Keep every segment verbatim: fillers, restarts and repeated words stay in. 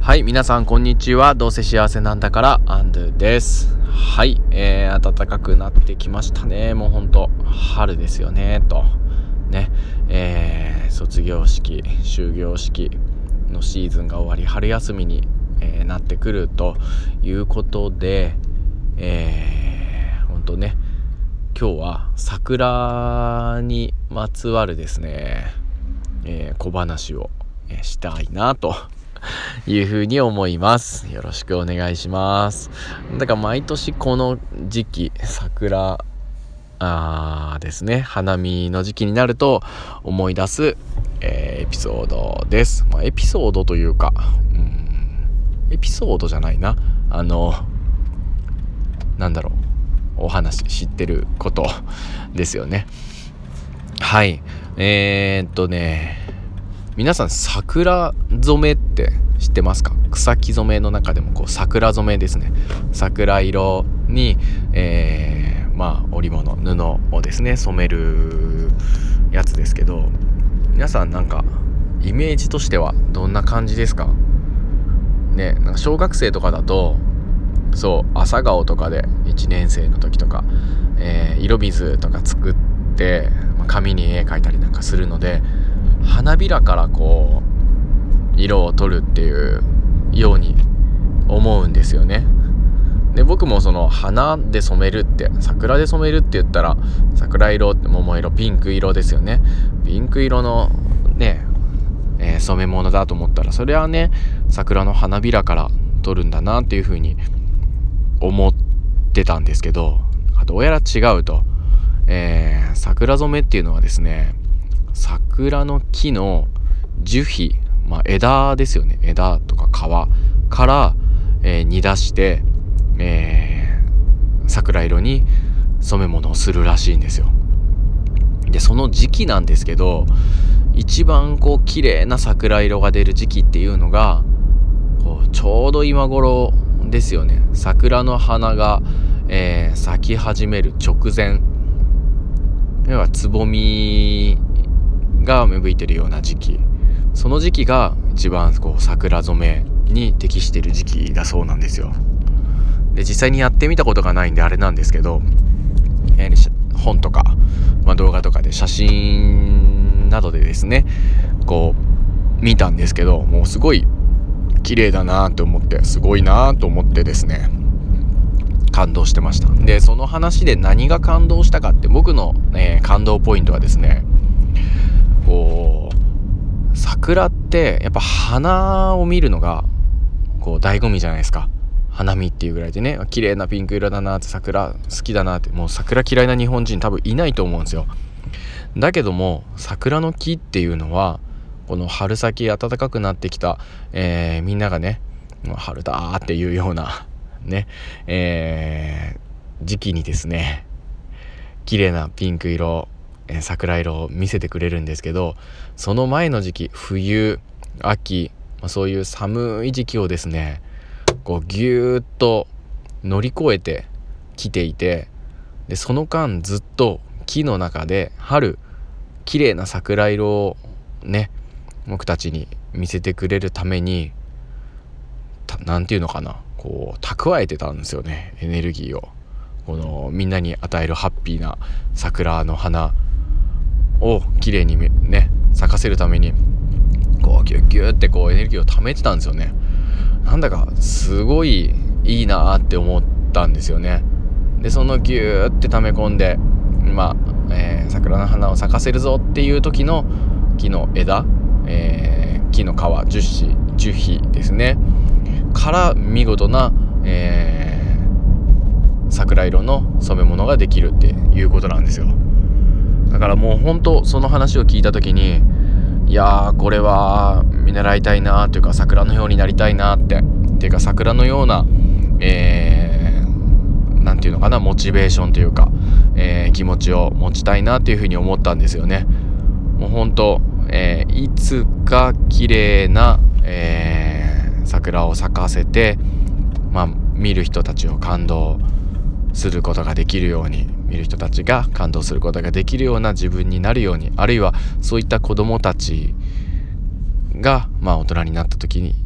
はい、皆さんこんにちは。どうせ幸せなんだからアンドゥです。はい、えー、暖かくなってきましたね。もうほんと春ですよねとね、えー、卒業式、終業式のシーズンが終わり、春休みに、えー、なってくるということで、えー、ほんとね、今日は桜にまつわるですね、えー、小話をしたいなというふうに思います。よろしくお願いします。だから毎年この時期、桜あーですね、花見の時期になると思い出す、えー、エピソードです。まあ、エピソードというか、うーんエピソードじゃないな、あのなんだろう、お話知ってることですよね。はい、えー、っとね皆さん桜染めって知ってますか？草木染めの中でもこう桜染めですね。桜色に、えー、まあ織物布をですね染めるやつですけど、皆さんなんかイメージとしてはどんな感じですかね？なんか小学生とかだとそう朝顔とかでいちねん生の時とか、えー、色水とか作って紙に絵描いたりなんかするので、花びらからこう色を取るっていうように思うんですよね。で僕もその花で染めるって、桜で染めるって言ったら桜色、桃色、ピンク色ですよね。ピンク色のね、えー、染め物だと思ったら、それはね桜の花びらから取るんだなっていう風に思ってたんですけど、どうやら違うと、えー、桜染めっていうのはですね、桜の木の樹皮、まあ、枝ですよね。枝とか皮から、えー、煮出して、えー、桜色に染め物をするらしいんですよ。でその時期なんですけど、一番こう綺麗な桜色が出る時期っていうのがこうちょうど今頃ですよね。桜の花が、えー、咲き始める直前、要はつぼみが芽吹いてるような時期、その時期が一番こう桜染めに適している時期だそうなんですよ。で実際にやってみたことがないんであれなんですけど、えー、本とか、まあ、動画とかで写真などでですねこう見たんですけど、もうすごい綺麗だなと思って、すごいなと思ってですね感動してました。でその話で何が感動したかって、僕の、ね、感動ポイントはですね、こう桜ってやっぱ花を見るのがこう醍醐味じゃないですか。花見っていうぐらいでね、綺麗なピンク色だなって、桜好きだなって、もう桜嫌いな日本人多分いないと思うんですよ。だけども桜の木っていうのはこの春先暖かくなってきた、えー、みんながね春だっていうようなね、えー、時期にですね綺麗なピンク色、えー、桜色を見せてくれるんですけど、その前の時期、冬、秋、まあ、そういう寒い時期をですねこうぎゅーっと乗り越えてきていて、でその間ずっと木の中で春綺麗な桜色をね僕たちに見せてくれるためになんていうのかな、こう蓄えてたんですよね、エネルギーを。このみんなに与えるハッピーな桜の花を綺麗にね咲かせるためにこうギュッギュッってこうエネルギーを貯めてたんですよね。なんだかすごいいいなって思ったんですよね。でそのギューって溜め込んで、まあ、えー、桜の花を咲かせるぞっていう時の木の枝、えー、木の皮、樹脂、樹皮ですねから見事な、えー、桜色の染め物ができるっていうことなんですよ。だからもう本当その話を聞いた時に、いやーこれは見習いたいなというか、桜のようになりたいなってっていうか、桜のような、えー、なんていうのかな、モチベーションというか、えー、気持ちを持ちたいなっていうふうに思ったんですよね。もう本当、えー、いつか綺麗な、えー、桜を咲かせて、まあ、見る人たちを感動することができるように、見る人たちが感動することができるような自分になるように、あるいはそういった子どもたちが、まあ、大人になった時に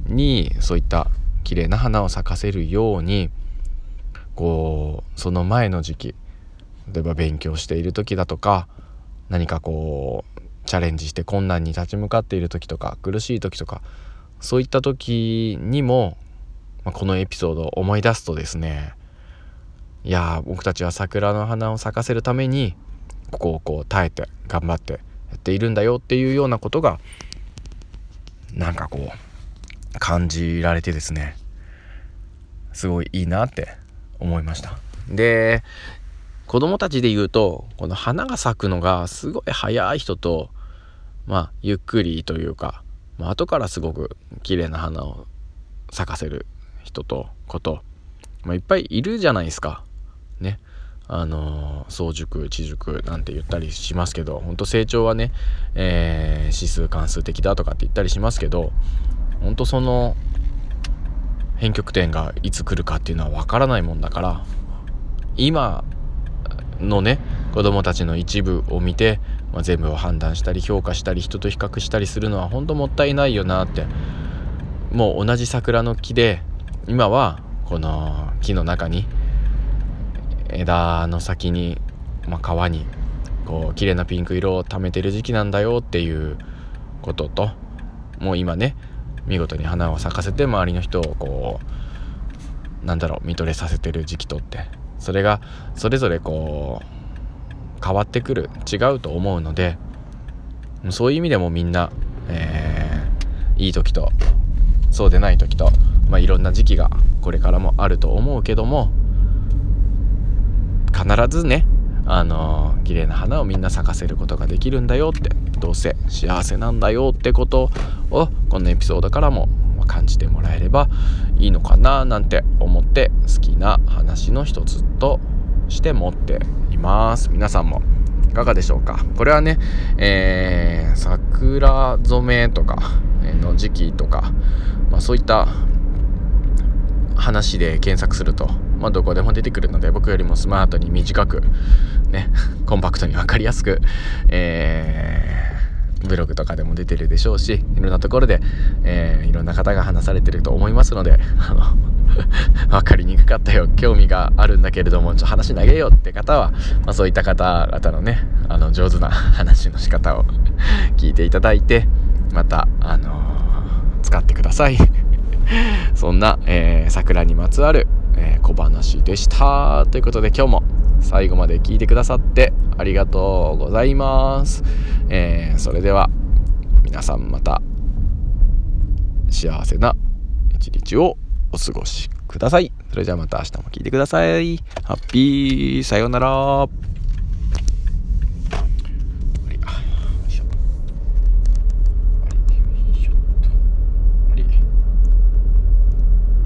にそういった綺麗な花を咲かせるように、こうその前の時期、例えば勉強している時だとか、何かこうチャレンジして困難に立ち向かっている時とか、苦しい時とか、そういった時にも、まあ、このエピソードを思い出すとですね、いや僕たちは桜の花を咲かせるためにここをこう耐えて頑張ってやっているんだよっていうようなことがなんかこう感じられてですね、すごいいいなって思いました。で、子供たちで言うと、この花が咲くのがすごい早い人と、まあゆっくりというか、まあ、後からすごく綺麗な花を咲かせる人とこと、まあ、いっぱいいるじゃないですかね。あのー、早熟遅熟なんて言ったりしますけど、本当成長はね、えー、指数関数的だとかって言ったりしますけど、本当その変曲点がいつ来るかっていうのは分からないもんだから、今のね子供たちの一部を見て、まあ、全部を判断したり評価したり人と比較したりするのは本当もったいないよなって。もう同じ桜の木で、今はこの木の中に枝の先に、まあ、皮にこう綺麗なピンク色を溜めてる時期なんだよっていうことと、もう今ね見事に花を咲かせて周りの人をこうなんだろう見とれさせてる時期とって、それがそれぞれこう変わってくる、違うと思うので、そういう意味でもみんな、えー、いい時とそうでない時と、まあ、いろんな時期がこれからもあると思うけども、必ずねあのー、綺麗な花をみんな咲かせることができるんだよって、どうせ幸せなんだよってことをこのエピソードからも感じてもらえればいいのかななんて思って、好きな話の一つとして持っています。皆さんもいかがでしょうか。これはね、えー、桜染めとかの時期とか、まあ、そういった話で検索すると、まあ、どこでも出てくるので、僕よりもスマートに短くねコンパクトに分かりやすく、えー、ブログとかでも出てるでしょうし、いろんなところで、えー、いろんな方が話されてると思いますので、あの分かりにくかったよ、興味があるんだけれどもちょっと話投げようって方は、まあ、そういった方々のねあの上手な話の仕方を聞いていただいて、また、あのー、使ってくださいそんな、えー、桜にまつわる、えー、小話でしたということで、今日も最後まで聞いてくださってありがとうございます、えー、それでは皆さんまた幸せな一日をお過ごしください。それじゃあまた明日も聞いてください。ハッピーさようなら。